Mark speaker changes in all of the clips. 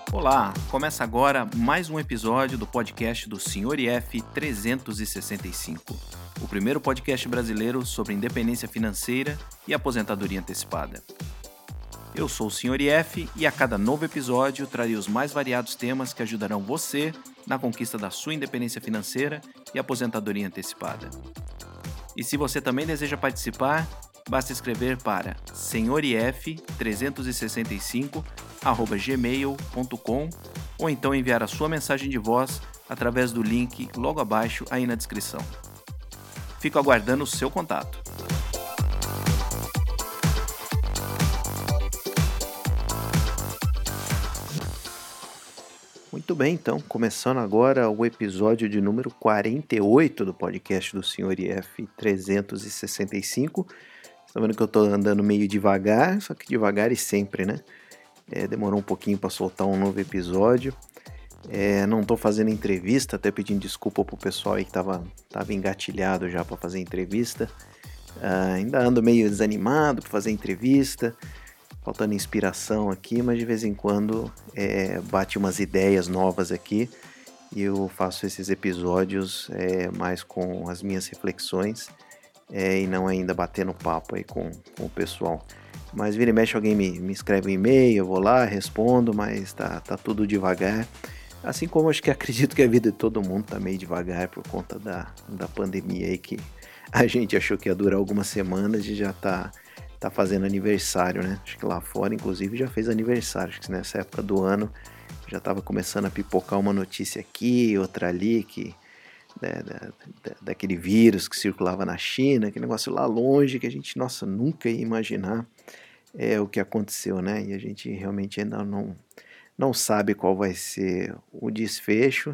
Speaker 1: Olá, começa agora mais um episódio do podcast do Sr. IF 365, o primeiro podcast brasileiro sobre independência financeira e aposentadoria antecipada. Eu sou o Sr. IF e a cada novo episódio trarei os mais variados temas que ajudarão você na conquista da sua independência financeira e aposentadoria antecipada. E se você também deseja participar, basta escrever para senhorif365@gmail.com ou então enviar a sua mensagem de voz através do link logo abaixo aí na descrição. Fico aguardando o seu contato. Muito bem, então, começando agora o episódio de número 48 do podcast do Sr. IF 365. Você tá vendo que eu tô andando meio devagar, só que devagar e sempre, né? Demorou um pouquinho para soltar um novo episódio. Não tô fazendo entrevista, até pedindo desculpa pro pessoal aí que tava engatilhado já para fazer entrevista. Ainda ando meio desanimado para fazer entrevista, faltando inspiração aqui, mas de vez em quando bate umas ideias novas aqui e eu faço esses episódios mais com as minhas reflexões e não ainda batendo papo aí com o pessoal. Mas vira e mexe alguém me escreve um e-mail, eu vou lá, respondo, mas tá tudo devagar. Assim como acho que acredito que a vida de todo mundo tá meio devagar por conta da pandemia aí, que a gente achou que ia durar algumas semanas e já tá fazendo aniversário, né? Acho que lá fora, inclusive, já fez aniversário. Acho que nessa época do ano já tava começando a pipocar uma notícia aqui, outra ali, que daquele vírus que circulava na China, aquele negócio lá longe que a gente, nossa, nunca ia imaginar o que aconteceu, né? E a gente realmente ainda não sabe qual vai ser o desfecho,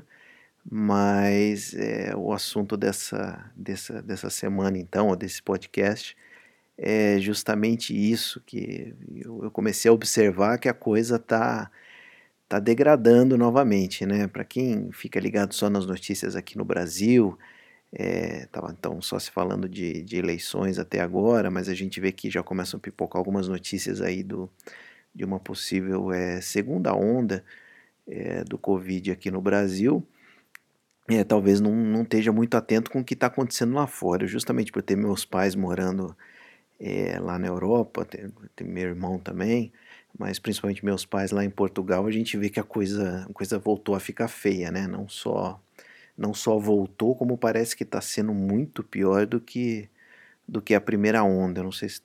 Speaker 1: mas o assunto dessa semana, então, ou desse podcast, é justamente isso, que eu comecei a observar que a coisa tá degradando novamente, né? Para quem fica ligado só nas notícias aqui no Brasil, tava então só se falando de eleições até agora, mas a gente vê que já começam a pipocar algumas notícias aí de uma possível segunda onda do Covid aqui no Brasil. Talvez não esteja muito atento com o que está acontecendo lá fora, justamente por ter meus pais morando lá na Europa, tem meu irmão também, mas principalmente meus pais lá em Portugal, a gente vê que a coisa voltou a ficar feia, né? Não só voltou, como parece que está sendo muito pior do que a primeira onda. Eu não sei se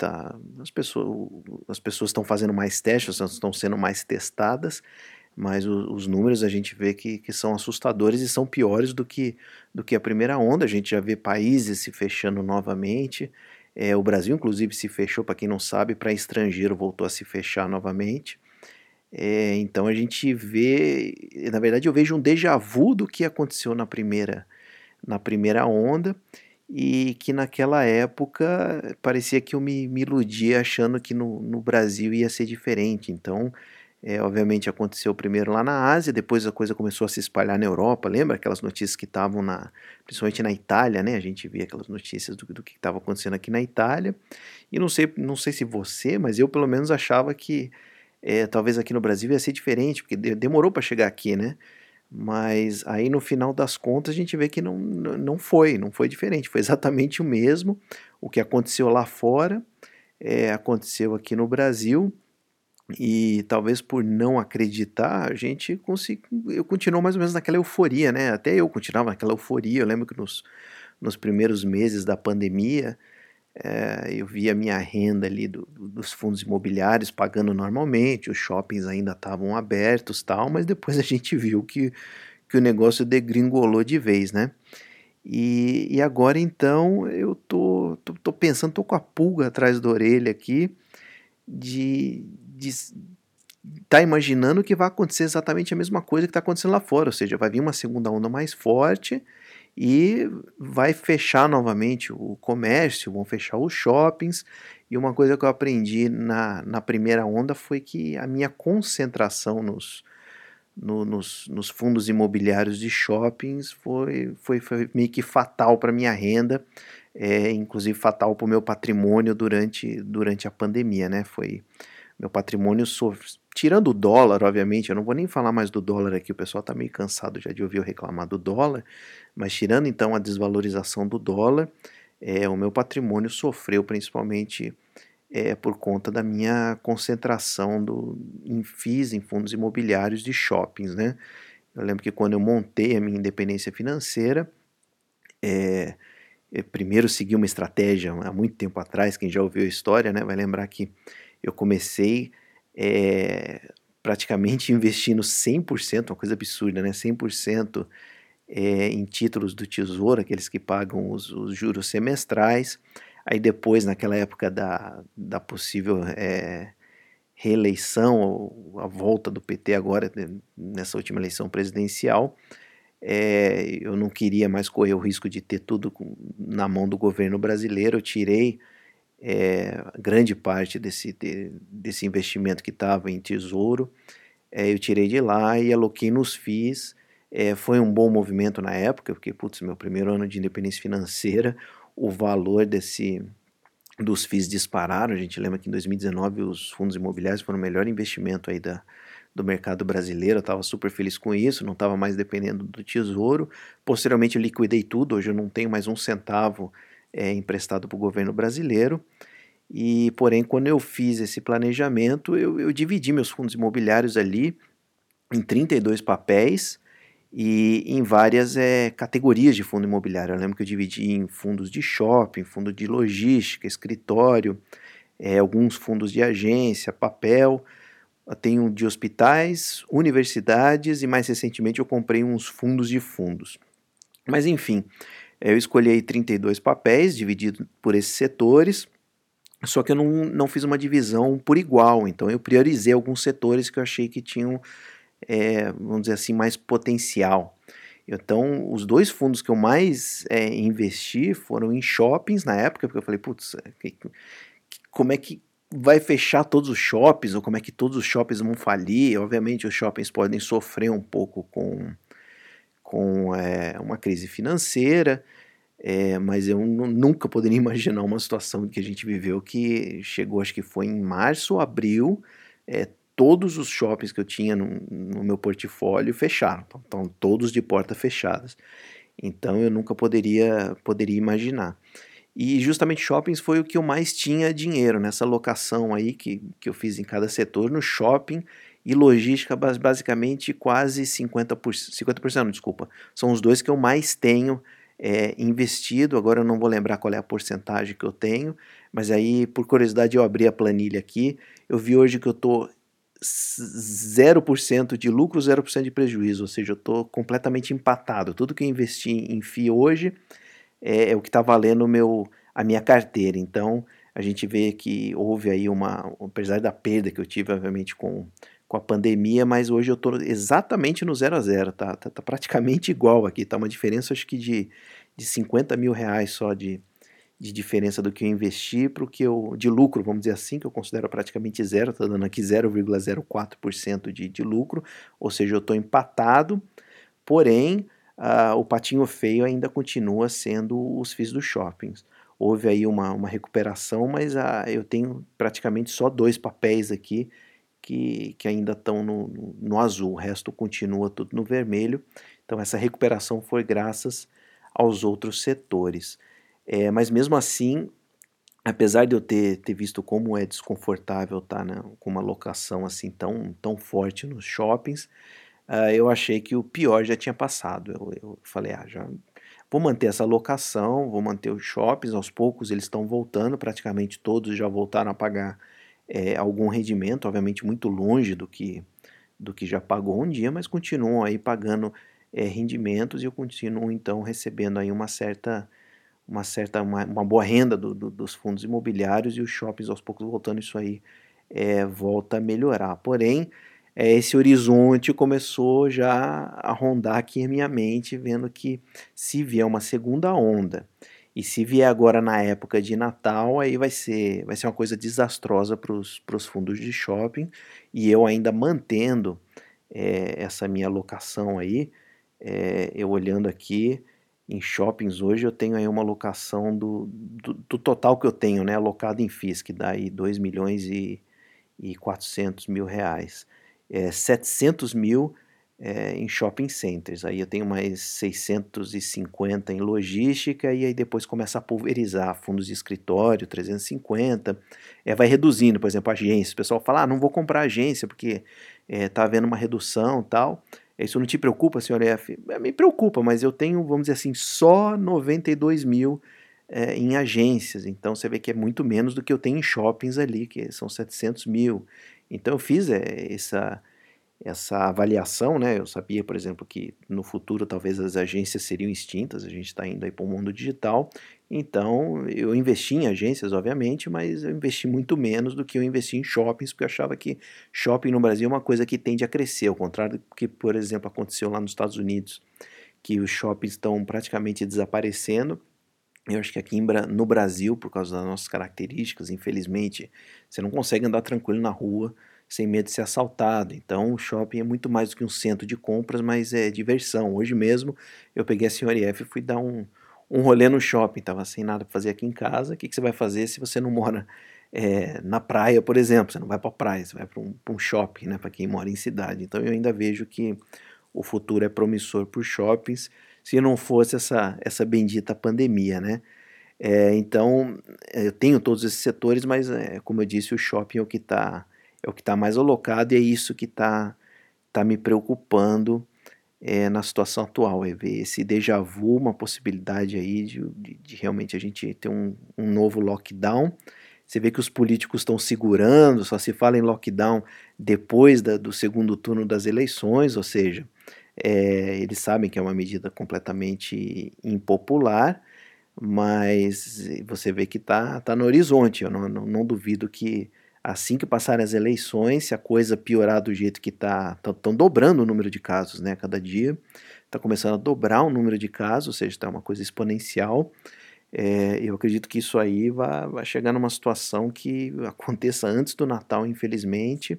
Speaker 1: as pessoas estão fazendo mais testes, estão sendo mais testadas, mas os números a gente vê que são assustadores e são piores do que a primeira onda. A gente já vê países se fechando novamente. O Brasil, inclusive, se fechou, para quem não sabe, para estrangeiro voltou a se fechar novamente. Então a gente vê, na verdade eu vejo um déjà vu do que aconteceu na primeira onda, e que naquela época parecia que eu me iludia achando que no Brasil ia ser diferente. Então, obviamente aconteceu primeiro lá na Ásia, depois a coisa começou a se espalhar na Europa. Lembra aquelas notícias que estavam principalmente na Itália, né? A gente via aquelas notícias do que estava acontecendo aqui na Itália. E não sei se você, mas eu pelo menos achava que talvez aqui no Brasil ia ser diferente, porque demorou para chegar aqui, né? Mas aí no final das contas a gente vê que não foi diferente, foi exatamente o mesmo. O que aconteceu lá fora aconteceu aqui no Brasil, e talvez por não acreditar, eu continuo mais ou menos naquela euforia, né? Até eu continuava naquela euforia. Eu lembro que nos primeiros meses da pandemia, eu via a minha renda ali dos fundos imobiliários pagando normalmente, os shoppings ainda estavam abertos, tal, mas depois a gente viu que o negócio degringolou de vez, né? E agora então eu tô pensando, tô com a pulga atrás da orelha aqui de tá imaginando que vai acontecer exatamente a mesma coisa que está acontecendo lá fora, ou seja, vai vir uma segunda onda mais forte e vai fechar novamente o comércio, vão fechar os shoppings. E uma coisa que eu aprendi na primeira onda foi que a minha concentração nos fundos imobiliários de shoppings foi meio que fatal para minha renda, inclusive fatal para o meu patrimônio durante a pandemia, né? Meu patrimônio tirando o dólar, obviamente, eu não vou nem falar mais do dólar aqui, o pessoal está meio cansado já de ouvir eu reclamar do dólar, mas tirando então a desvalorização do dólar, o meu patrimônio sofreu principalmente por conta da minha concentração em FIIs, em fundos imobiliários de shoppings, né? Eu lembro que quando eu montei a minha independência financeira, eu primeiro segui uma estratégia há muito tempo atrás, quem já ouviu a história, né, vai lembrar que eu comecei praticamente investindo 100%, uma coisa absurda, né, 100% em títulos do Tesouro, aqueles que pagam os juros semestrais. Aí depois, naquela época da possível reeleição, ou a volta do PT agora, nessa última eleição presidencial, eu não queria mais correr o risco de ter tudo na mão do governo brasileiro. Eu tirei grande parte desse investimento que estava em tesouro, eu tirei de lá e aloquei nos FIIs. Foi um bom movimento na época, porque, putz, meu primeiro ano de independência financeira, o valor dos FIIs dispararam. A gente lembra que em 2019 os fundos imobiliários foram o melhor investimento aí do mercado brasileiro. Eu estava super feliz com isso, não estava mais dependendo do tesouro. Posteriormente eu liquidei tudo, hoje eu não tenho mais um centavo emprestado para o governo brasileiro. E, porém, quando eu fiz esse planejamento, eu dividi meus fundos imobiliários ali em 32 papéis e em várias categorias de fundo imobiliário. Eu lembro que eu dividi em fundos de shopping, fundo de logística, escritório, alguns fundos de agência, papel. Eu tenho de hospitais, universidades e mais recentemente eu comprei uns fundos de fundos. Mas enfim, eu escolhi aí 32 papéis divididos por esses setores. Só que eu não fiz uma divisão por igual, então eu priorizei alguns setores que eu achei que tinham, vamos dizer assim, mais potencial. Então, os dois fundos que eu mais investi foram em shoppings na época, porque eu falei, putz, como é que vai fechar todos os shoppings, ou como é que todos os shoppings vão falir? Obviamente, os shoppings podem sofrer um pouco com uma crise financeira. Mas eu nunca poderia imaginar uma situação que a gente viveu, que chegou, acho que foi em março ou abril, todos os shoppings que eu tinha no meu portfólio fecharam, então todos de porta fechadas. Então eu nunca poderia imaginar. E justamente shoppings foi o que eu mais tinha dinheiro nessa locação aí que eu fiz em cada setor. No shopping e logística, basicamente quase 50%, 50% não, desculpa, são os dois que eu mais tenho investido. Agora eu não vou lembrar qual é a porcentagem que eu tenho, mas aí, por curiosidade, eu abri a planilha aqui, eu vi hoje que eu estou 0% de lucro, 0% de prejuízo, ou seja, eu estou completamente empatado. Tudo que eu investi em FII hoje é o que está valendo a minha carteira. Então, a gente vê que houve aí apesar da perda que eu tive, obviamente, com a pandemia, mas hoje eu estou exatamente no 0 a 0, tá praticamente igual aqui, tá uma diferença, acho que de 50 mil reais só de diferença do que eu investi para o que de lucro, vamos dizer assim, que eu considero praticamente zero, tá dando aqui 0,04% de lucro, ou seja, eu estou empatado. Porém, o patinho feio ainda continua sendo os FIIs dos shoppings. Houve aí uma recuperação, mas eu tenho praticamente só dois papéis aqui que ainda estão no azul, o resto continua tudo no vermelho. Então essa recuperação foi graças aos outros setores. Mas mesmo assim, apesar de eu ter visto como é desconfortável estar, né, com uma locação assim tão forte nos shoppings, eu achei que o pior já tinha passado. Eu falei, já vou manter essa locação, vou manter os shoppings, aos poucos eles estão voltando, praticamente todos já voltaram a pagar algum rendimento, obviamente muito longe do que já pagou um dia, mas continuam aí pagando rendimentos, e eu continuo então recebendo aí uma boa renda dos fundos imobiliários, e os shoppings aos poucos voltando, isso aí volta a melhorar. Porém, esse horizonte começou já a rondar aqui em minha mente, vendo que se vier uma segunda onda, e se vier agora na época de Natal, aí vai ser uma coisa desastrosa para os fundos de shopping. E eu ainda mantendo essa minha alocação aí, eu olhando aqui em shoppings hoje, eu tenho aí uma alocação do total que eu tenho, né, alocado em FIIs, que dá aí 2 milhões e e 400 mil reais. 700 mil em shopping centers. Aí eu tenho mais 650 em logística e aí depois começa a pulverizar fundos de escritório, 350. Vai reduzindo, por exemplo, agências. O pessoal fala, não vou comprar agência porque tá havendo uma redução e tal. Isso não te preocupa, senhor F? Me preocupa, mas eu tenho, vamos dizer assim, só 92 mil em agências. Então você vê que é muito menos do que eu tenho em shoppings ali, que são 700 mil. Então eu fiz essa avaliação, né? Eu sabia, por exemplo, que no futuro talvez as agências seriam extintas, a gente está indo aí para o mundo digital, então eu investi em agências, obviamente, mas eu investi muito menos do que eu investi em shoppings, porque eu achava que shopping no Brasil é uma coisa que tende a crescer, ao contrário do que, por exemplo, aconteceu lá nos Estados Unidos, que os shoppings estão praticamente desaparecendo. Eu acho que aqui no Brasil, por causa das nossas características, infelizmente, você não consegue andar tranquilo na rua sem medo de ser assaltado. Então, o shopping é muito mais do que um centro de compras, mas é diversão. Hoje mesmo, eu peguei a senhora F e fui dar um rolê no shopping. Tava sem nada para fazer aqui em casa. O que você vai fazer se você não mora na praia, por exemplo? Você não vai para a praia, você vai para um shopping, né? Para quem mora em cidade. Então, eu ainda vejo que o futuro é promissor por shoppings, se não fosse essa bendita pandemia, né? Então, eu tenho todos esses setores, mas, como eu disse, o shopping é o que tá mais alocado e é isso que tá me preocupando na situação atual, é ver esse déjà vu, uma possibilidade aí de realmente a gente ter um novo lockdown. Você vê que os políticos estão segurando, só se fala em lockdown depois do segundo turno das eleições, ou seja, eles sabem que é uma medida completamente impopular, mas você vê que tá no horizonte. Eu não duvido que assim que passarem as eleições, se a coisa piorar do jeito que estão dobrando o número de casos, né? Cada dia está começando a dobrar o número de casos, ou seja, está uma coisa exponencial. Eu acredito que isso aí vai chegar numa situação que aconteça antes do Natal, infelizmente,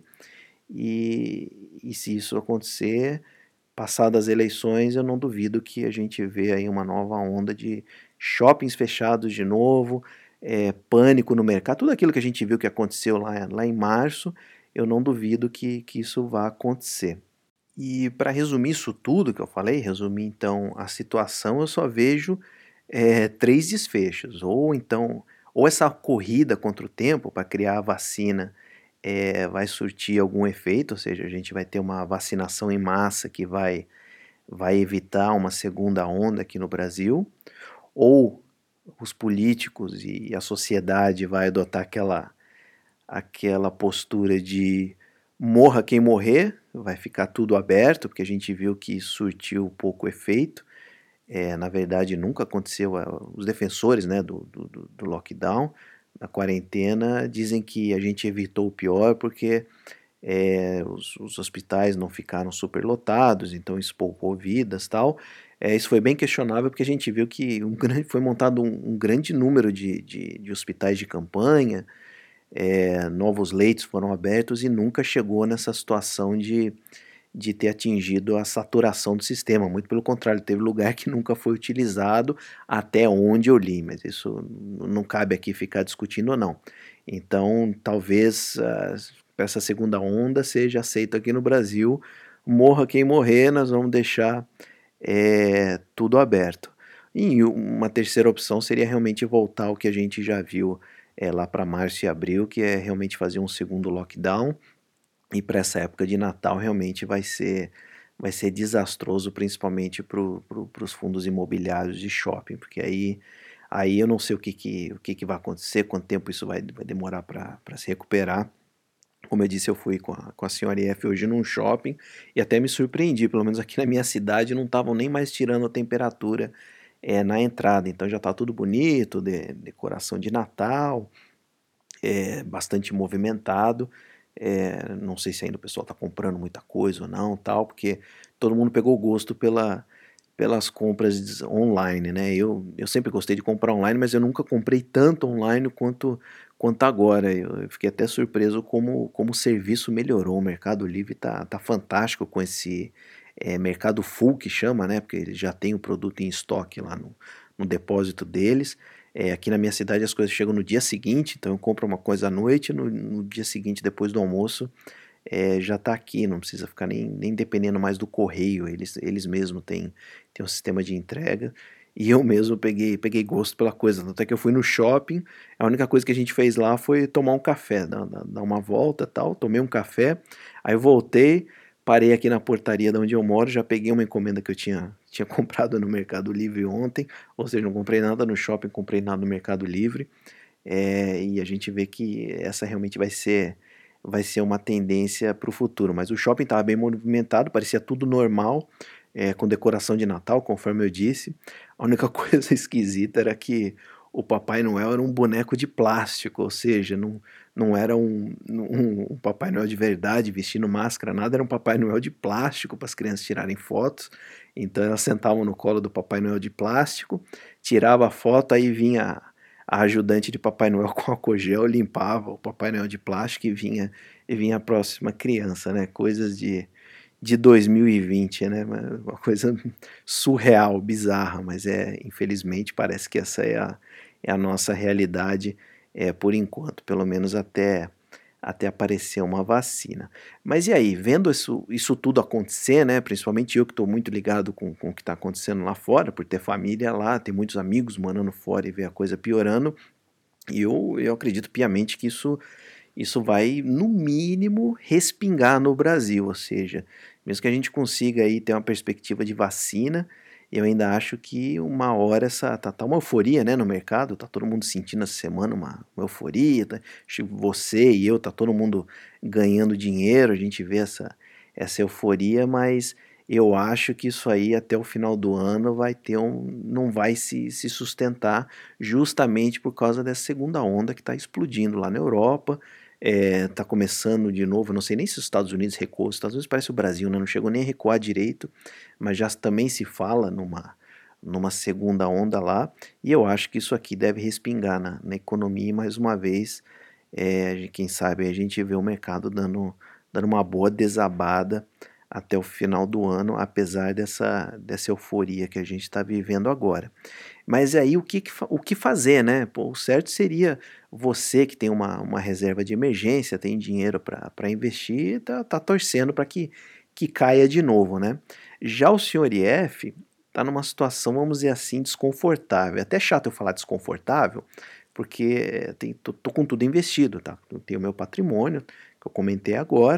Speaker 1: e se isso acontecer, passadas as eleições, eu não duvido que a gente vê aí uma nova onda de shoppings fechados de novo, pânico no mercado, tudo aquilo que a gente viu que aconteceu lá em março, eu não duvido que isso vá acontecer. E para resumir isso tudo que eu falei, resumir então a situação, eu só vejo três desfechos. Ou então, ou essa corrida contra o tempo para criar a vacina vai surtir algum efeito, ou seja, a gente vai ter uma vacinação em massa que vai evitar uma segunda onda aqui no Brasil, ou os políticos e a sociedade vai adotar aquela postura de morra quem morrer, vai ficar tudo aberto, porque a gente viu que surtiu pouco efeito. Na verdade, nunca aconteceu. Os defensores, né, do lockdown, da quarentena, dizem que a gente evitou o pior porque os hospitais não ficaram superlotados, então isso poupou vidas, tal. Isso foi bem questionável porque a gente viu que foi montado um grande número de hospitais de campanha, novos leitos foram abertos e nunca chegou nessa situação de ter atingido a saturação do sistema. Muito pelo contrário, teve lugar que nunca foi utilizado, até onde eu li, mas isso não cabe aqui ficar discutindo ou não. Então, talvez essa segunda onda seja aceita aqui no Brasil. Morra quem morrer, nós vamos deixar tudo aberto. E uma terceira opção seria realmente voltar ao que a gente já viu lá para março e abril, que é realmente fazer um segundo lockdown. E para essa época de Natal realmente vai ser desastroso, principalmente para os fundos imobiliários de shopping, porque aí eu não sei o que vai acontecer, quanto tempo isso vai demorar para se recuperar. Como eu disse, eu fui com a senhora IF hoje num shopping e até me surpreendi, pelo menos aqui na minha cidade não estavam nem mais tirando a temperatura na entrada, então já está tudo bonito, decoração de Natal, bastante movimentado. Não sei se ainda o pessoal está comprando muita coisa ou não, tal, porque todo mundo pegou gosto pelas compras online, né? Eu sempre gostei de comprar online, mas eu nunca comprei tanto online quanto agora. Eu fiquei até surpreso como o serviço melhorou. O Mercado Livre tá fantástico com esse mercado full que chama, né? Porque eles já têm o produto em estoque lá no depósito deles. Aqui na minha cidade as coisas chegam no dia seguinte, então eu compro uma coisa à noite, no dia seguinte, depois do almoço, já está aqui, não precisa ficar nem dependendo mais do correio, eles mesmos têm um sistema de entrega, e eu mesmo peguei gosto pela coisa, até que eu fui no shopping, a única coisa que a gente fez lá foi tomar um café, dar uma volta, tal, tomei um café, aí eu voltei, parei aqui na portaria de onde eu moro, já peguei uma encomenda que eu tinha comprado no Mercado Livre ontem, ou seja, não comprei nada no shopping, comprei nada no Mercado Livre, e a gente vê que essa realmente vai ser uma tendência para o futuro. Mas o shopping estava bem movimentado, parecia tudo normal, com decoração de Natal, conforme eu disse. A única coisa esquisita era que o Papai Noel era um boneco de plástico, ou seja, não era um Papai Noel de verdade vestindo máscara, nada, era um Papai Noel de plástico para as crianças tirarem fotos. Então elas sentavam no colo do Papai Noel de plástico, tirava a foto, aí vinha a ajudante de Papai Noel com álcool gel, limpava o Papai Noel de plástico e vinha a próxima criança, né? Coisas de 2020, né? Uma coisa surreal, bizarra, mas infelizmente parece que essa é a nossa realidade por enquanto, pelo menos até aparecer uma vacina. Mas e aí, vendo isso tudo acontecer, né? Principalmente eu que estou muito ligado com o que está acontecendo lá fora, por ter família lá, ter muitos amigos morando fora e ver a coisa piorando, e eu acredito piamente que isso vai, no mínimo, respingar no Brasil, ou seja, mesmo que a gente consiga aí ter uma perspectiva de vacina, eu ainda acho que uma hora tá uma euforia, né, no mercado, tá todo mundo sentindo essa semana uma euforia, acho que você e eu, tá todo mundo ganhando dinheiro, a gente vê essa euforia, mas eu acho que isso aí até o final do ano não vai se sustentar justamente por causa dessa segunda onda que está explodindo lá na Europa, tá começando de novo, não sei nem se os Estados Unidos recuam, os Estados Unidos parece o Brasil, né? Não chegou nem a recuar direito, mas já também se fala numa segunda onda lá, e eu acho que isso aqui deve respingar na economia e mais uma vez, quem sabe a gente vê o mercado dando uma boa desabada até o final do ano, apesar dessa euforia que a gente está vivendo agora. Mas aí o que fazer, né? Pô, o certo seria você que tem uma reserva de emergência, tem dinheiro para investir, tá torcendo para que caia de novo, né? Já o senhor IF está numa situação, vamos dizer assim, desconfortável. É até chato eu falar desconfortável, porque tô com tudo investido, tá? Eu tenho o meu patrimônio, que eu comentei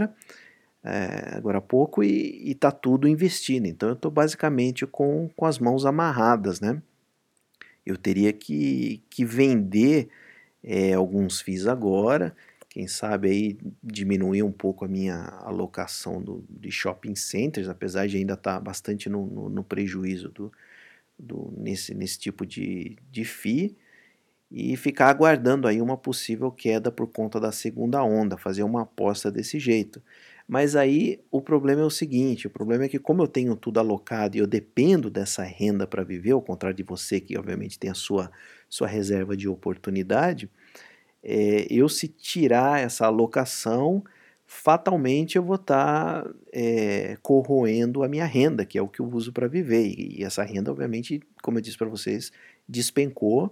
Speaker 1: agora há pouco, e tá tudo investido. Então eu tô basicamente com as mãos amarradas, né? Eu teria que vender alguns FIIs agora, quem sabe aí diminuir um pouco a minha alocação de shopping centers, apesar de ainda estar bastante no prejuízo nesse tipo de FII, e ficar aguardando aí uma possível queda por conta da segunda onda, fazer uma aposta desse jeito. Mas aí o problema é o seguinte, o problema é que como eu tenho tudo alocado e eu dependo dessa renda para viver, ao contrário de você que obviamente tem a sua reserva de oportunidade, eu se tirar essa alocação, fatalmente eu vou estar corroendo a minha renda, que é o que eu uso para viver. E essa renda, obviamente, como eu disse para vocês, despencou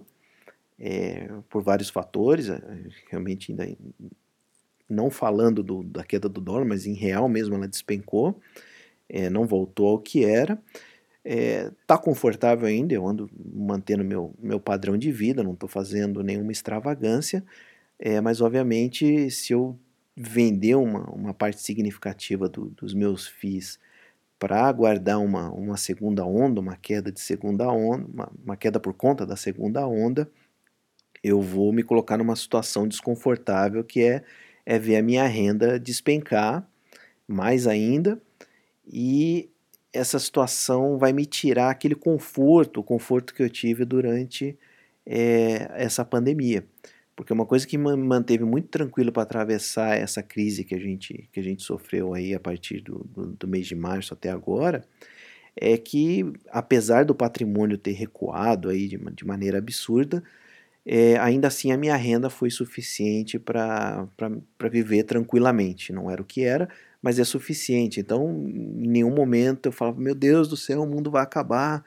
Speaker 1: por vários fatores, realmente ainda não falando da queda do dólar, mas em real mesmo ela despencou, não voltou ao que era. Tá confortável ainda, eu ando mantendo meu padrão de vida, não estou fazendo nenhuma extravagância, mas obviamente se eu vender uma parte significativa dos meus FIIs para aguardar uma segunda onda, uma queda de segunda onda, uma queda por conta da segunda onda, eu vou me colocar numa situação desconfortável que é ver a minha renda despencar mais ainda, e essa situação vai me tirar aquele conforto, o conforto que eu tive durante essa pandemia. Porque uma coisa que me manteve muito tranquilo para atravessar essa crise que a gente sofreu aí a partir do mês de março até agora, é que apesar do patrimônio ter recuado aí de maneira absurda, ainda assim a minha renda foi suficiente para viver tranquilamente. Não era o que era, mas é suficiente. Então, em nenhum momento eu falava, meu Deus do céu, o mundo vai acabar,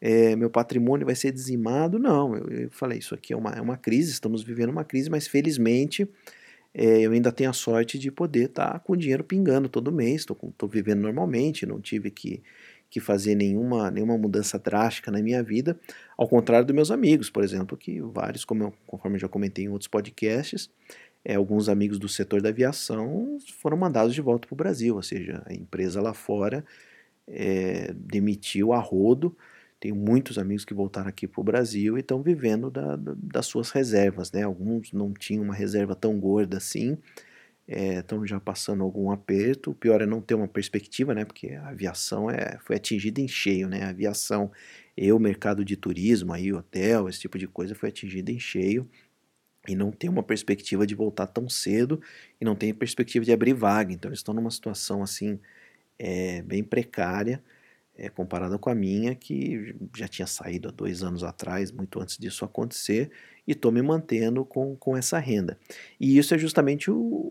Speaker 1: meu patrimônio vai ser dizimado. Não, eu falei, isso aqui é uma crise, estamos vivendo uma crise, mas felizmente eu ainda tenho a sorte de poder estar com o dinheiro pingando todo mês, estou vivendo normalmente, não tive que fazer nenhuma mudança drástica na minha vida, ao contrário dos meus amigos, por exemplo, que vários, conforme eu já comentei em outros podcasts, alguns amigos do setor da aviação foram mandados de volta para o Brasil, ou seja, a empresa lá fora demitiu a rodo. Tenho muitos amigos que voltaram aqui para o Brasil e estão vivendo das suas reservas, né? Alguns não tinham uma reserva tão gorda assim, estão já passando algum aperto. O pior é não ter uma perspectiva, né? Porque a aviação foi atingida em cheio, né? A aviação e o mercado de turismo, aí, hotel, esse tipo de coisa foi atingida em cheio. E não tem uma perspectiva de voltar tão cedo e não tem perspectiva de abrir vaga. Então eles estão numa situação assim bem precária, comparada com a minha, que já tinha saído há 2 anos atrás, muito antes disso acontecer, e estou me mantendo com essa renda. E isso é justamente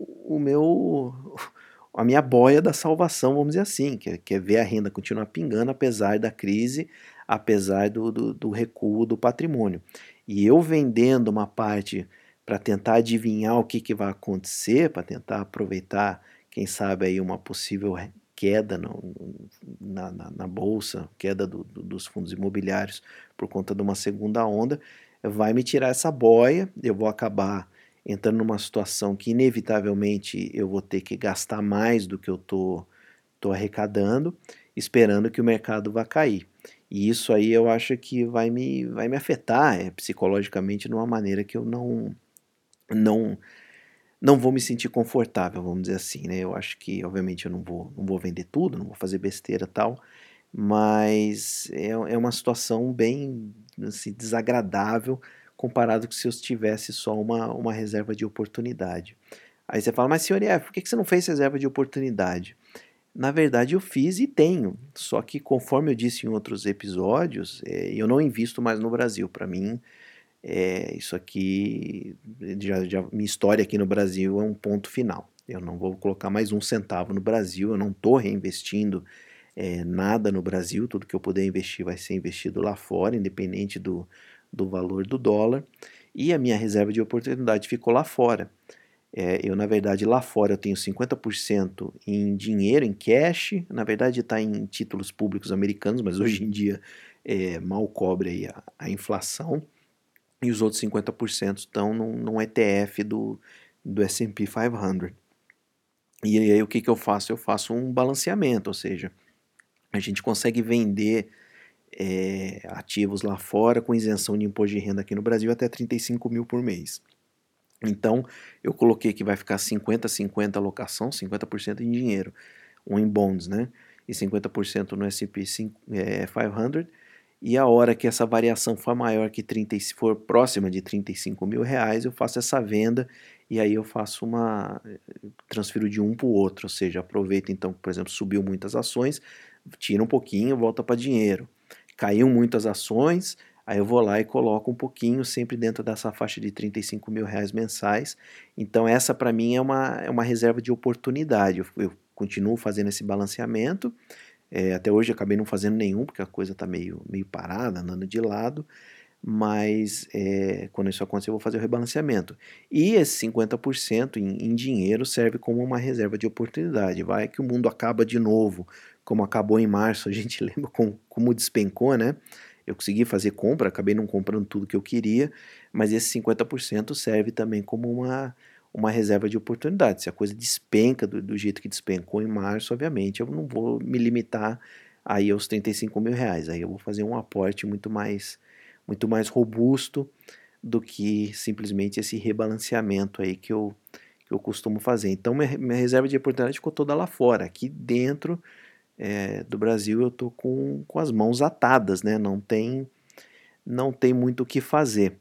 Speaker 1: a minha boia da salvação, vamos dizer assim, que é ver a renda continuar pingando, apesar da crise, apesar do recuo do patrimônio. E eu vendendo uma parte para tentar adivinhar o que vai acontecer, para tentar aproveitar, quem sabe, aí uma possível queda na bolsa, queda dos fundos imobiliários por conta de uma segunda onda, vai me tirar essa boia. Eu vou acabar entrando numa situação que inevitavelmente eu vou ter que gastar mais do que eu tô arrecadando, esperando que o mercado vá cair. E isso aí eu acho que vai me afetar psicologicamente de uma maneira que eu não não vou me sentir confortável, vamos dizer assim, né? Eu acho que, obviamente, eu não vou vender tudo, não vou fazer besteira e tal, mas é uma situação bem assim, desagradável comparado com se eu tivesse só uma reserva de oportunidade. Aí você fala, mas senhor F, por que você não fez reserva de oportunidade? Na verdade, eu fiz e tenho, só que conforme eu disse em outros episódios, eu não invisto mais no Brasil. Para mim, isso aqui, minha história aqui no Brasil é um ponto final. Eu não vou colocar mais um centavo no Brasil, eu não estou reinvestindo nada no Brasil, tudo que eu puder investir vai ser investido lá fora, independente do valor do dólar, e a minha reserva de oportunidade ficou lá fora. Eu, na verdade, lá fora eu tenho 50% em dinheiro, em cash, na verdade está em títulos públicos americanos, mas hoje em dia mal cobre aí a inflação, e os outros 50% estão num ETF do S&P 500. E aí o que eu faço? Eu faço um balanceamento, ou seja, a gente consegue vender ativos lá fora com isenção de imposto de renda aqui no Brasil até 35 mil por mês. Então, eu coloquei que vai ficar 50-50 alocação, 50% em dinheiro, ou em bonds, né? E 50% no S&P 500. E a hora que essa variação for maior que 30, se for próxima de 35 mil reais, eu faço essa venda e aí eu faço transfiro de um para o outro, ou seja, aproveito então, por exemplo, subiu muitas ações, tira um pouquinho, volta para dinheiro. Caiu muitas ações, aí eu vou lá e coloco um pouquinho, sempre dentro dessa faixa de 35 mil reais mensais. Então essa para mim é uma reserva de oportunidade. Eu continuo fazendo esse balanceamento. Até hoje eu acabei não fazendo nenhum, porque a coisa está meio parada, andando de lado, mas quando isso acontecer eu vou fazer o rebalanceamento. E esse 50% em dinheiro serve como uma reserva de oportunidade. Vai que o mundo acaba de novo, como acabou em março, a gente lembra como despencou, né? Eu consegui fazer compra, acabei não comprando tudo que eu queria, mas esse 50% serve também como uma reserva de oportunidade. Se a coisa despenca do jeito que despencou em março, obviamente eu não vou me limitar aí aos 35 mil reais. Aí eu vou fazer um aporte muito mais robusto do que simplesmente esse rebalanceamento aí que eu costumo fazer. Então minha reserva de oportunidade ficou toda lá fora. Aqui dentro do Brasil eu estou com as mãos atadas, né? Não tem muito o que fazer.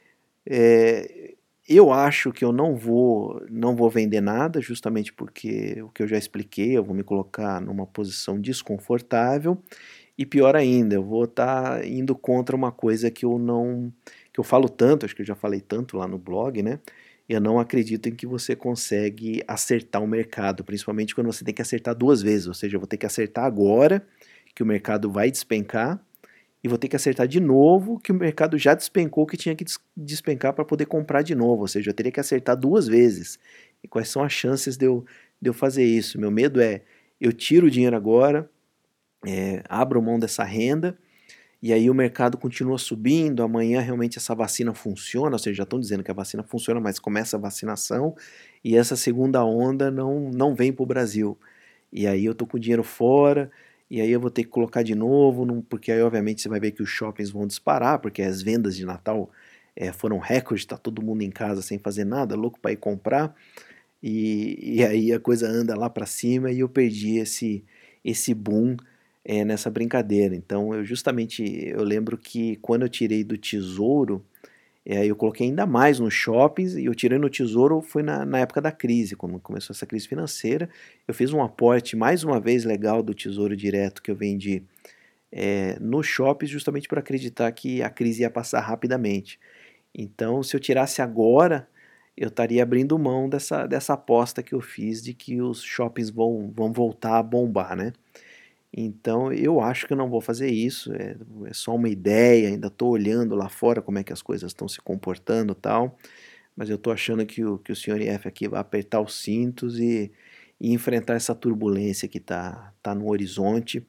Speaker 1: Eu acho que eu não vou vender nada, justamente porque o que eu já expliquei, eu vou me colocar numa posição desconfortável, e pior ainda, eu vou estar indo contra uma coisa que eu falo tanto, acho que eu já falei tanto lá no blog, né? Eu não acredito em que você consegue acertar o mercado, principalmente quando você tem que acertar duas vezes, ou seja, eu vou ter que acertar agora, que o mercado vai despencar, e vou ter que acertar de novo que o mercado já despencou o que tinha que despencar para poder comprar de novo, ou seja, eu teria que acertar 2 vezes. E quais são as chances de eu fazer isso? Meu medo é, eu tiro o dinheiro agora, abro mão dessa renda, e aí o mercado continua subindo, amanhã realmente essa vacina funciona, ou seja, já estão dizendo que a vacina funciona, mas começa a vacinação, e essa segunda onda não vem para o Brasil. E aí eu tô com o dinheiro fora, e aí eu vou ter que colocar de novo, porque aí obviamente você vai ver que os shoppings vão disparar, porque as vendas de Natal foram recorde, tá todo mundo em casa sem fazer nada, louco para ir comprar, e aí a coisa anda lá para cima e eu perdi esse boom nessa brincadeira. Então eu lembro que quando eu tirei do Tesouro, eu coloquei ainda mais nos shoppings e eu tirei no Tesouro foi na época da crise, quando começou essa crise financeira. Eu fiz um aporte, mais uma vez, legal do Tesouro Direto que eu vendi nos shoppings, justamente por acreditar que a crise ia passar rapidamente. Então, se eu tirasse agora, eu estaria abrindo mão dessa aposta que eu fiz de que os shoppings vão voltar a bombar, né? Então, eu acho que eu não vou fazer isso, é só uma ideia, ainda estou olhando lá fora como é que as coisas estão se comportando e tal, mas eu estou achando que o senhor IF aqui vai apertar os cintos e enfrentar essa turbulência que tá no horizonte,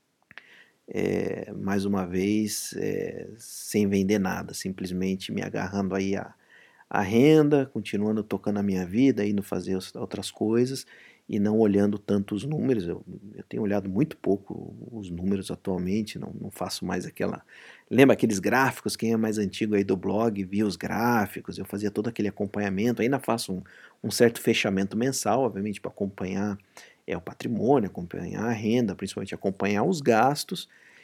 Speaker 1: mais uma vez, sem vender nada, simplesmente me agarrando aí a renda, continuando tocando a minha vida, indo fazer outras coisas e não olhando tanto os números. Eu tenho olhado muito pouco os números atualmente, não faço mais aquela. Lembra aqueles gráficos? Quem é mais antigo aí do blog via os gráficos, eu fazia todo aquele acompanhamento. Ainda faço um certo fechamento mensal, obviamente, para acompanhar o patrimônio, acompanhar a renda, principalmente acompanhar os gastos.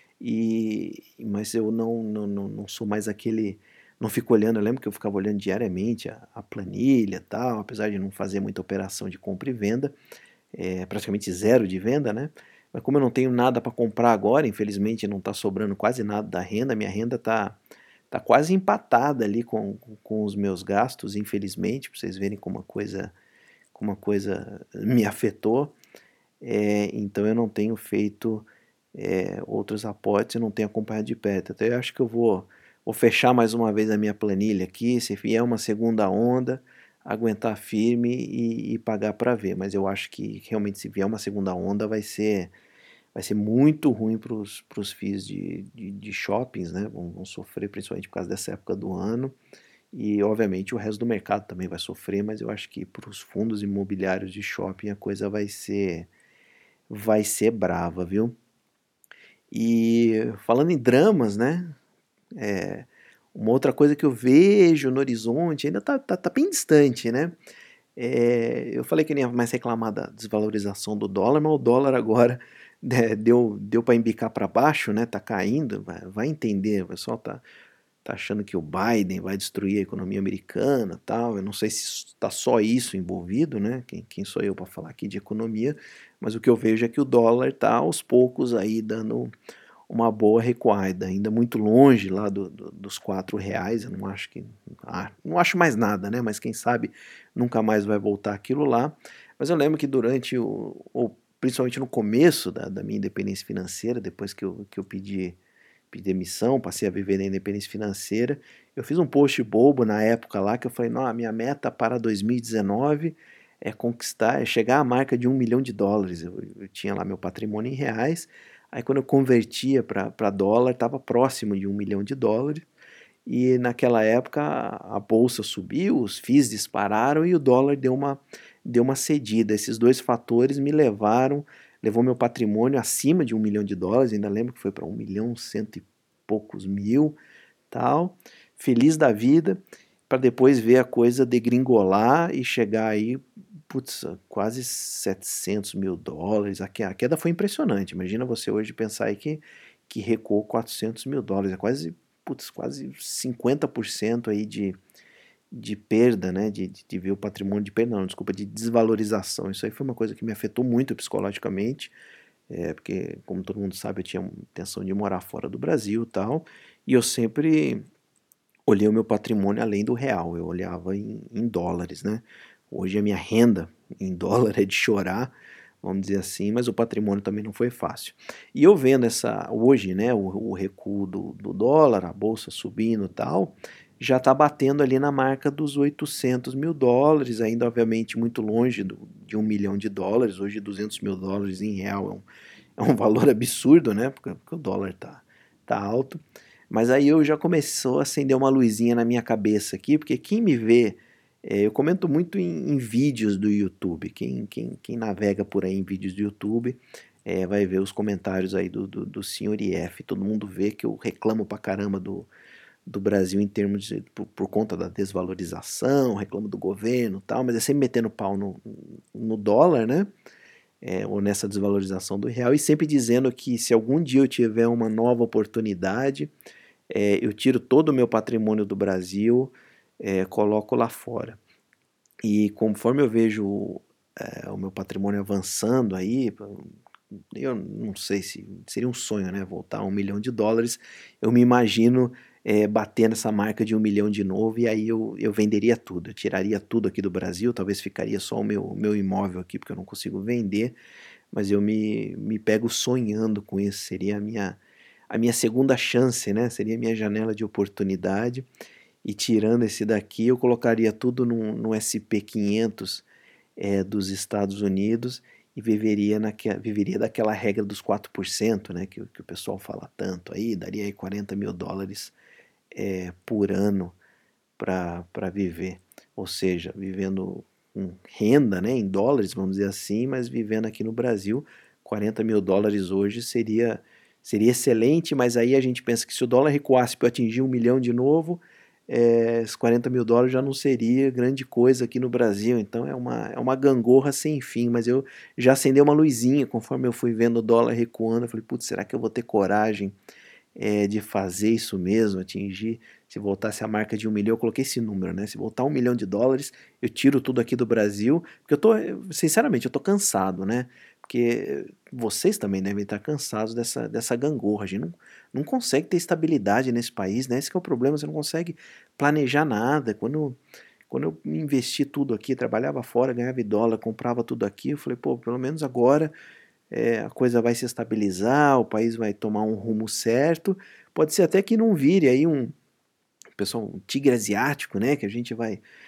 Speaker 1: Mas eu não sou mais aquele. Não fico olhando, eu lembro que eu ficava olhando diariamente a planilha e tal, apesar de não fazer muita operação de compra e venda, praticamente zero de venda, né? Mas como eu não tenho nada para comprar agora, infelizmente não está sobrando quase nada da renda, minha renda tá quase empatada ali com os meus gastos, infelizmente, para vocês verem como a coisa me afetou. Então eu não tenho feito outros aportes, eu não tenho acompanhado de perto. Então eu acho que eu vou fechar mais uma vez a minha planilha aqui, se vier uma segunda onda, aguentar firme e pagar para ver. Mas eu acho que realmente se vier uma segunda onda vai ser muito ruim para os FIIs de shoppings, né? Vão sofrer principalmente por causa dessa época do ano. E obviamente o resto do mercado também vai sofrer, mas eu acho que para os fundos imobiliários de shopping a coisa vai ser brava, viu? E falando em dramas, né? Uma outra coisa que eu vejo no horizonte ainda tá bem distante, né? Eu falei que nem ia mais reclamar da desvalorização do dólar, mas o dólar agora deu para embicar para baixo, né? Tá caindo, vai entender, o pessoal tá achando que o Biden vai destruir a economia americana, tal. Eu não sei se está só isso envolvido, né? Quem sou eu para falar aqui de economia? Mas o que eu vejo é que o dólar está aos poucos aí dando uma boa recuada, ainda muito longe lá dos R$ 4. Eu não acho não acho mais nada, né? Mas quem sabe nunca mais vai voltar aquilo lá. Mas eu lembro que durante principalmente no começo da minha independência financeira, depois que eu pedi demissão, passei a viver na independência financeira. Eu fiz um post bobo na época lá que eu falei, não, a minha meta para 2019 é chegar à marca de US$ 1 milhão. Eu tinha lá meu patrimônio em reais, aí quando eu convertia para dólar, estava próximo de US$ 1 milhão. E naquela época a bolsa subiu, os FIIs dispararam e o dólar deu uma cedida. Esses dois fatores levou meu patrimônio acima de US$ 1 milhão, ainda lembro que foi para 1 milhão 100 e poucos mil, tal, feliz da vida, para depois ver a coisa degringolar e chegar aí, putz, quase US$ 700 mil. A queda foi impressionante, imagina você hoje pensar aí que recuou US$ 400 mil, quase 50% aí de perda, né, de ver o patrimônio de perda, não, desculpa, de desvalorização. Isso aí foi uma coisa que me afetou muito psicologicamente, porque, como todo mundo sabe, eu tinha intenção de morar fora do Brasil e tal, e eu sempre olhei o meu patrimônio além do real, eu olhava em dólares, né. Hoje a minha renda em dólar é de chorar, vamos dizer assim, mas o patrimônio também não foi fácil. E eu vendo hoje, né, o recuo do dólar, a bolsa subindo e tal, já está batendo ali na marca dos 800 mil dólares, ainda obviamente muito longe de 1 milhão de dólares, hoje 200 mil dólares em real é um valor absurdo, né, porque o dólar tá alto, mas aí eu já começou a acender uma luzinha na minha cabeça aqui, porque quem me vê eu comento muito em vídeos do YouTube. Quem navega por aí em vídeos do YouTube vai ver os comentários aí do Sr. IF. Todo mundo vê que eu reclamo pra caramba do Brasil em termos por conta da desvalorização, reclamo do governo e tal, mas é sempre metendo pau no dólar, né? Ou nessa desvalorização do real, e sempre dizendo que se algum dia eu tiver uma nova oportunidade, eu tiro todo o meu patrimônio do Brasil, coloco lá fora. E conforme eu vejo o meu patrimônio avançando aí, eu não sei se seria um sonho, né? Voltar a 1 milhão de dólares. Eu me imagino bater nessa marca de 1 milhão de novo e aí eu venderia tudo. Eu tiraria tudo aqui do Brasil, talvez ficaria só o meu imóvel aqui, porque eu não consigo vender, mas eu me pego sonhando com isso. Seria a minha segunda chance, né? Seria a minha janela de oportunidade. E tirando esse daqui, eu colocaria tudo no SP 500 dos Estados Unidos e viveria daquela regra dos 4%, né, que o pessoal fala tanto aí, daria aí 40 mil dólares por ano para viver. Ou seja, vivendo com renda, né, em dólares, vamos dizer assim, mas vivendo aqui no Brasil, 40 mil dólares hoje seria excelente, mas aí a gente pensa que se o dólar recuasse para atingir 1 milhão de novo, esses 40 mil dólares já não seria grande coisa aqui no Brasil, então é uma gangorra sem fim, mas eu já acendei uma luzinha conforme eu fui vendo o dólar recuando, eu falei, putz, será que eu vou ter coragem de fazer isso mesmo, atingir, se voltasse a marca de 1 milhão, eu coloquei esse número, né? Se voltar 1 milhão de dólares, eu tiro tudo aqui do Brasil, porque sinceramente, eu tô cansado, né? Porque vocês também devem estar cansados dessa gangorra, a gente não consegue ter estabilidade nesse país, né? Esse que é o problema, você não consegue planejar nada. Quando eu investi tudo aqui, trabalhava fora, ganhava em dólar, comprava tudo aqui, eu falei, pô, pelo menos agora a coisa vai se estabilizar, o país vai tomar um rumo certo. Pode ser até que não vire aí um tigre asiático, né? Que a gente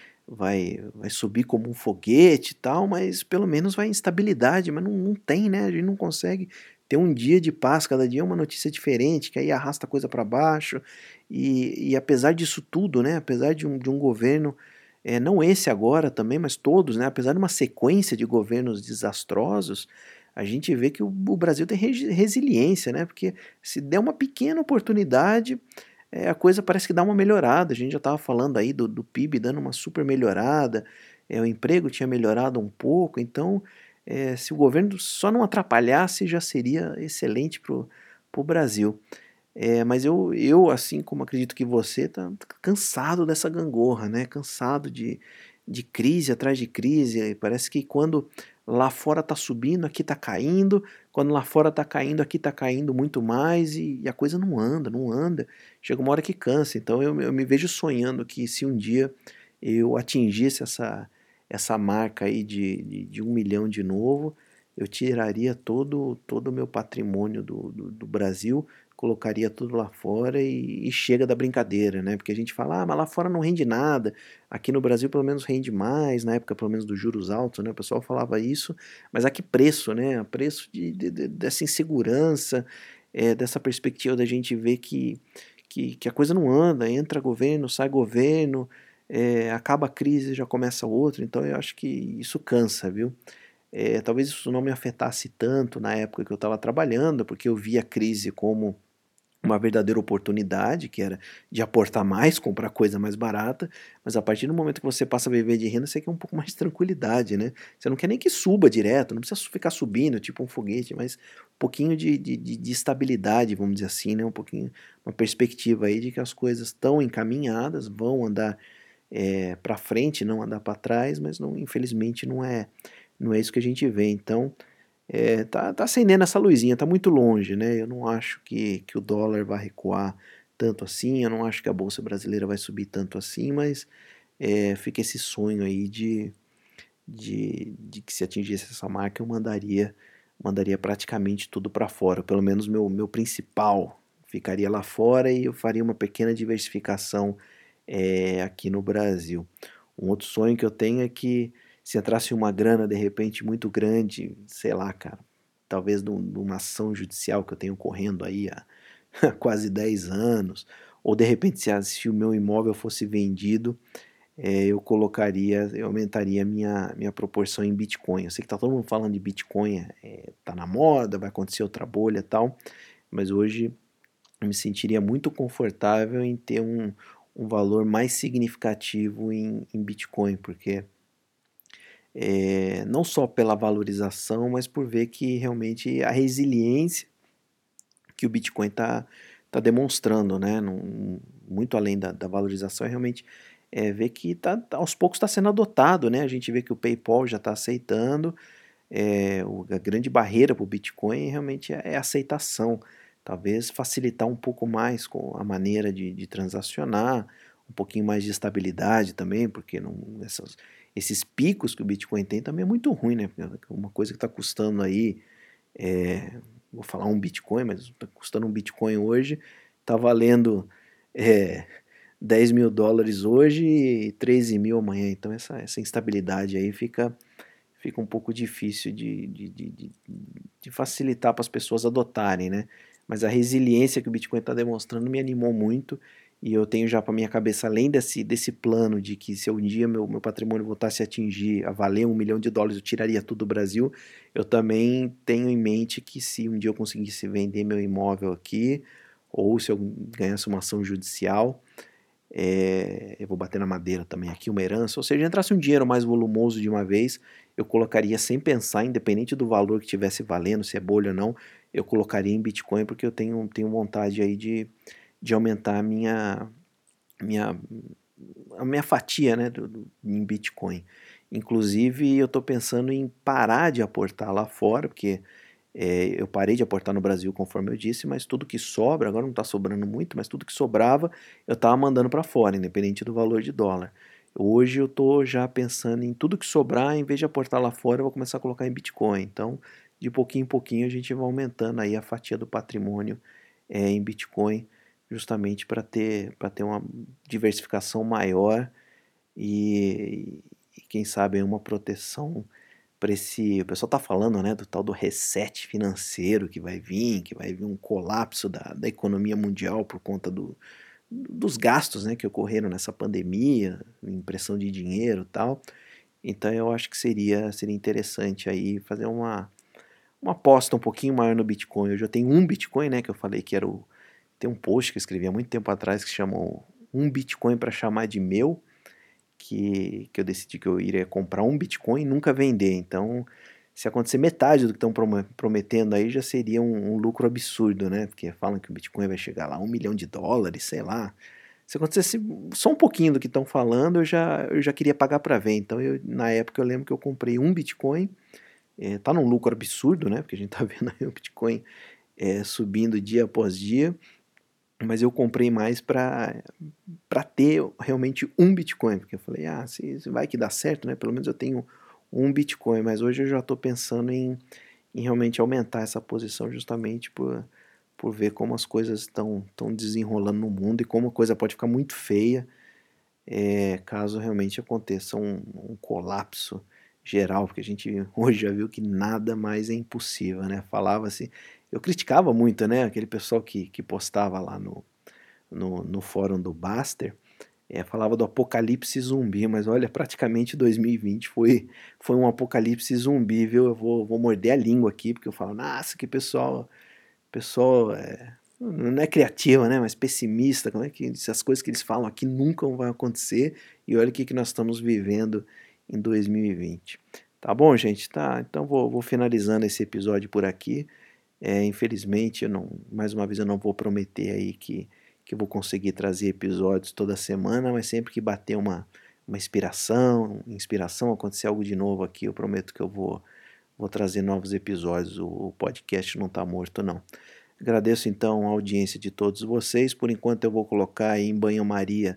Speaker 1: vai subir como um foguete e tal, mas pelo menos vai em estabilidade. Mas não tem, né? A gente não consegue ter um dia de paz, cada dia é uma notícia diferente, que aí arrasta a coisa para baixo. E apesar disso tudo, né? Apesar de um governo, não esse agora também, mas todos, né? Apesar de uma sequência de governos desastrosos, a gente vê que o Brasil tem resiliência, né? Porque se der uma pequena oportunidade, a coisa parece que dá uma melhorada. A gente já estava falando aí do PIB dando uma super melhorada, o emprego tinha melhorado um pouco, então se o governo só não atrapalhasse já seria excelente para o Brasil. Mas eu, assim como acredito que você, tá cansado dessa gangorra, né? Cansado de crise atrás de crise. Parece que quando lá fora tá subindo, aqui tá caindo. Quando lá fora tá caindo, aqui tá caindo muito mais. E a coisa não anda, não anda. Chega uma hora que cansa. Então eu me vejo sonhando que se um dia eu atingisse essa marca aí de 1 milhão de novo, eu tiraria todo o meu patrimônio do Brasil, colocaria tudo lá fora e chega da brincadeira, né? Porque a gente fala, mas lá fora não rende nada, aqui no Brasil pelo menos rende mais, na época pelo menos dos juros altos, né? O pessoal falava isso, mas a que preço, né? A preço dessa insegurança, dessa perspectiva da gente ver que a coisa não anda, entra governo, sai governo, acaba a crise, já começa outra, então eu acho que isso cansa, viu? Talvez isso não me afetasse tanto na época que eu estava trabalhando, porque eu via a crise como uma verdadeira oportunidade, que era de aportar mais, comprar coisa mais barata, mas a partir do momento que você passa a viver de renda, você quer um pouco mais de tranquilidade, né? Você não quer nem que suba direto, não precisa ficar subindo, tipo um foguete, mas um pouquinho de estabilidade, vamos dizer assim, né? Um pouquinho, uma perspectiva aí de que as coisas estão encaminhadas, vão andar para frente, não andar para trás, mas não, infelizmente não é isso que a gente vê. Então, tá acendendo essa luzinha, tá muito longe, né? Eu não acho que o dólar vai recuar tanto assim, eu não acho que a Bolsa Brasileira vai subir tanto assim, mas fica esse sonho aí de que se atingisse essa marca eu mandaria praticamente tudo para fora, pelo menos meu principal ficaria lá fora e eu faria uma pequena diversificação aqui no Brasil. Um outro sonho que eu tenho é que se entrasse uma grana de repente muito grande, sei lá, cara, talvez de uma ação judicial que eu tenho correndo aí há quase 10 anos, ou de repente se o meu imóvel fosse vendido, eu aumentaria a minha proporção em Bitcoin. Eu sei que tá todo mundo falando de Bitcoin, tá na moda, vai acontecer outra bolha e tal, mas hoje eu me sentiria muito confortável em ter um valor mais significativo em Bitcoin, porque não só pela valorização, mas por ver que realmente a resiliência que o Bitcoin tá demonstrando, né? Muito além da valorização, é realmente ver que aos poucos está sendo adotado, né? A gente vê que o PayPal já está aceitando, a grande barreira para o Bitcoin realmente é a aceitação. Talvez facilitar um pouco mais com a maneira de transacionar, um pouquinho mais de estabilidade também, porque esses picos que o Bitcoin tem também é muito ruim, né? Porque uma coisa que está custando aí, vou falar um Bitcoin, mas está custando um Bitcoin hoje, está valendo é, 10 mil dólares hoje e 13 mil amanhã. Então essa instabilidade aí fica um pouco difícil de facilitar para as pessoas adotarem, né? Mas a resiliência que o Bitcoin está demonstrando me animou muito e eu tenho já para minha cabeça, além desse plano de que se um dia meu patrimônio voltasse a atingir, a valer $1 milhão, eu tiraria tudo do Brasil, eu também tenho em mente que se um dia eu conseguisse vender meu imóvel aqui, ou se eu ganhasse uma ação judicial, eu vou bater na madeira também aqui, uma herança, ou seja, entrasse um dinheiro mais volumoso de uma vez, eu colocaria sem pensar, independente do valor que estivesse valendo, se é bolha ou não, eu colocaria em Bitcoin, porque eu tenho vontade aí de aumentar minha, a minha fatia, né, em Bitcoin. Inclusive, eu estou pensando em parar de aportar lá fora, porque eu parei de aportar no Brasil, conforme eu disse, mas tudo que sobra, agora não está sobrando muito, mas tudo que sobrava eu estava mandando para fora, independente do valor de dólar. Hoje eu estou já pensando em tudo que sobrar, em vez de aportar lá fora, eu vou começar a colocar em Bitcoin. Então, de pouquinho em pouquinho, a gente vai aumentando aí a fatia do patrimônio em Bitcoin, justamente para ter uma diversificação maior e quem sabe uma proteção para esse. O pessoal está falando, né, do tal do reset financeiro que vai vir um colapso da economia mundial por conta dos gastos, né, que ocorreram nessa pandemia, impressão de dinheiro e tal. Então eu acho que seria interessante aí fazer uma aposta um pouquinho maior no Bitcoin. Eu já tenho um Bitcoin, né, que eu falei que era o. Tem um post que eu escrevi há muito tempo atrás que chamou Um Bitcoin para chamar de meu, que eu decidi que eu iria comprar um Bitcoin e nunca vender. Então, se acontecer metade do que estão prometendo aí, já seria um lucro absurdo, né? Porque falam que o Bitcoin vai chegar lá a $1 milhão, sei lá. Se acontecesse só um pouquinho do que estão falando, eu já queria pagar para ver. Então, na época, eu lembro que eu comprei um Bitcoin. Tá num lucro absurdo, né? Porque a gente tá vendo aí o Bitcoin subindo dia após dia. Mas eu comprei mais para ter realmente um Bitcoin, porque eu falei, se vai que dá certo, né? Pelo menos eu tenho um Bitcoin, mas hoje eu já estou pensando em realmente aumentar essa posição justamente por ver como as coisas estão desenrolando no mundo e como a coisa pode ficar muito feia caso realmente aconteça um colapso geral, porque a gente hoje já viu que nada mais é impossível, né? Falava-se, eu criticava muito, né? Aquele pessoal que postava lá no fórum do Baster, falava do apocalipse zumbi, mas olha, praticamente 2020 foi um apocalipse zumbi, viu? Eu vou morder a língua aqui, porque eu falo, nossa, que pessoal não é criativa, né? Mas pessimista, como é que essas coisas que eles falam aqui nunca vão acontecer, e olha o que nós estamos vivendo em 2020. Tá bom, gente? Tá, então vou finalizando esse episódio por aqui. Infelizmente, mais uma vez eu não vou prometer aí que eu vou conseguir trazer episódios toda semana, mas sempre que bater uma inspiração, acontecer algo de novo aqui, eu prometo que eu vou trazer novos episódios. O podcast não está morto, não. Agradeço então a audiência de todos vocês. Por enquanto eu vou colocar aí em banho-maria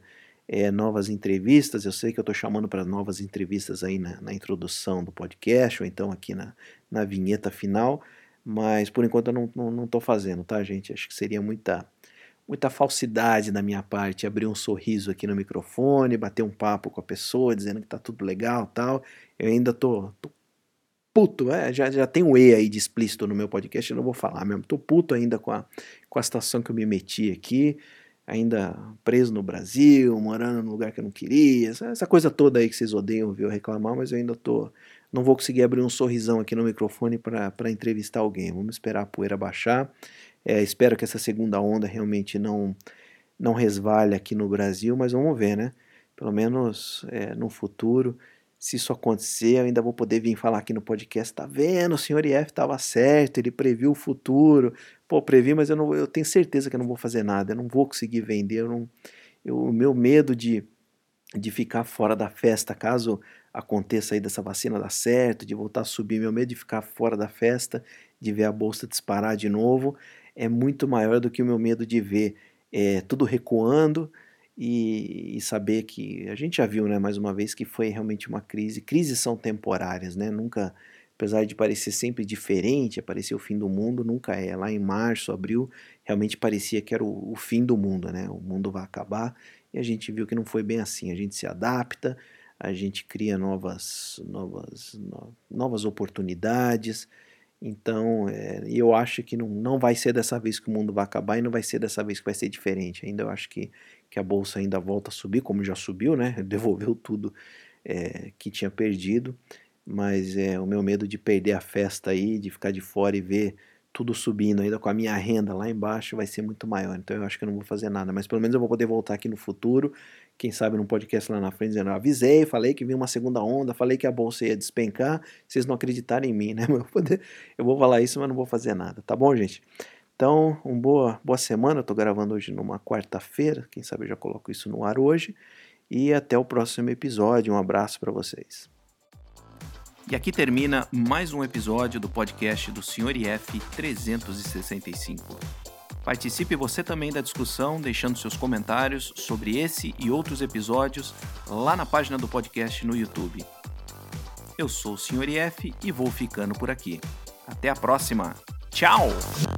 Speaker 1: novas entrevistas. Eu sei que eu estou chamando para novas entrevistas aí na introdução do podcast, ou então aqui na vinheta final, mas por enquanto eu não estou fazendo, tá, gente? Acho que seria muita falsidade da minha parte abrir um sorriso aqui no microfone, bater um papo com a pessoa, dizendo que tá tudo legal e tal. Eu ainda tô puto, já tem um E aí de explícito no meu podcast, eu não vou falar mesmo. Tô puto ainda com a situação que eu me meti aqui, ainda preso no Brasil, morando num lugar que eu não queria, essa coisa toda aí que vocês odeiam ouvir eu reclamar, mas eu ainda não vou conseguir abrir um sorrisão aqui no microfone para entrevistar alguém. Vamos esperar a poeira baixar. Espero que essa segunda onda realmente não resvale aqui no Brasil, mas vamos ver, né? Pelo menos no futuro, se isso acontecer, eu ainda vou poder vir falar aqui no podcast. Tá vendo? O senhor IF estava certo, ele previu o futuro. Pô, previ, mas eu tenho certeza que eu não vou fazer nada, eu não vou conseguir vender. O meu medo de ficar fora da festa, caso aconteça aí dessa vacina dar certo, de voltar a subir, meu medo de ficar fora da festa, de ver a bolsa disparar de novo, é muito maior do que o meu medo de ver tudo recuando e saber que a gente já viu, né, mais uma vez, que foi realmente uma crise. Crises são temporárias, né? Nunca, apesar de parecer sempre diferente, parecer o fim do mundo, nunca é. Lá em março, abril, realmente parecia que era o fim do mundo, né? O mundo vai acabar. E a gente viu que não foi bem assim. A gente se adapta, a gente cria novas oportunidades. Então, eu acho que não vai ser dessa vez que o mundo vai acabar e não vai ser dessa vez que vai ser diferente. Ainda eu acho que a bolsa ainda volta a subir, como já subiu, né? Devolveu tudo que tinha perdido. Mas o meu medo de perder a festa aí, de ficar de fora e ver tudo subindo ainda com a minha renda lá embaixo vai ser muito maior. Então eu acho que eu não vou fazer nada, mas pelo menos eu vou poder voltar aqui no futuro, quem sabe num podcast lá na frente, dizendo: eu avisei, falei que vinha uma segunda onda, falei que a bolsa ia despencar, vocês não acreditaram em mim, né? Eu vou falar isso, mas não vou fazer nada, tá bom, gente? Então, boa semana. Eu tô gravando hoje numa quarta-feira, quem sabe eu já coloco isso no ar hoje, e até o próximo episódio. Um abraço para vocês.
Speaker 2: E aqui termina mais um episódio do podcast do Sr. IF 365. Participe você também da discussão, deixando seus comentários sobre esse e outros episódios lá na página do podcast no YouTube. Eu sou o Sr. IF e vou ficando por aqui. Até a próxima. Tchau!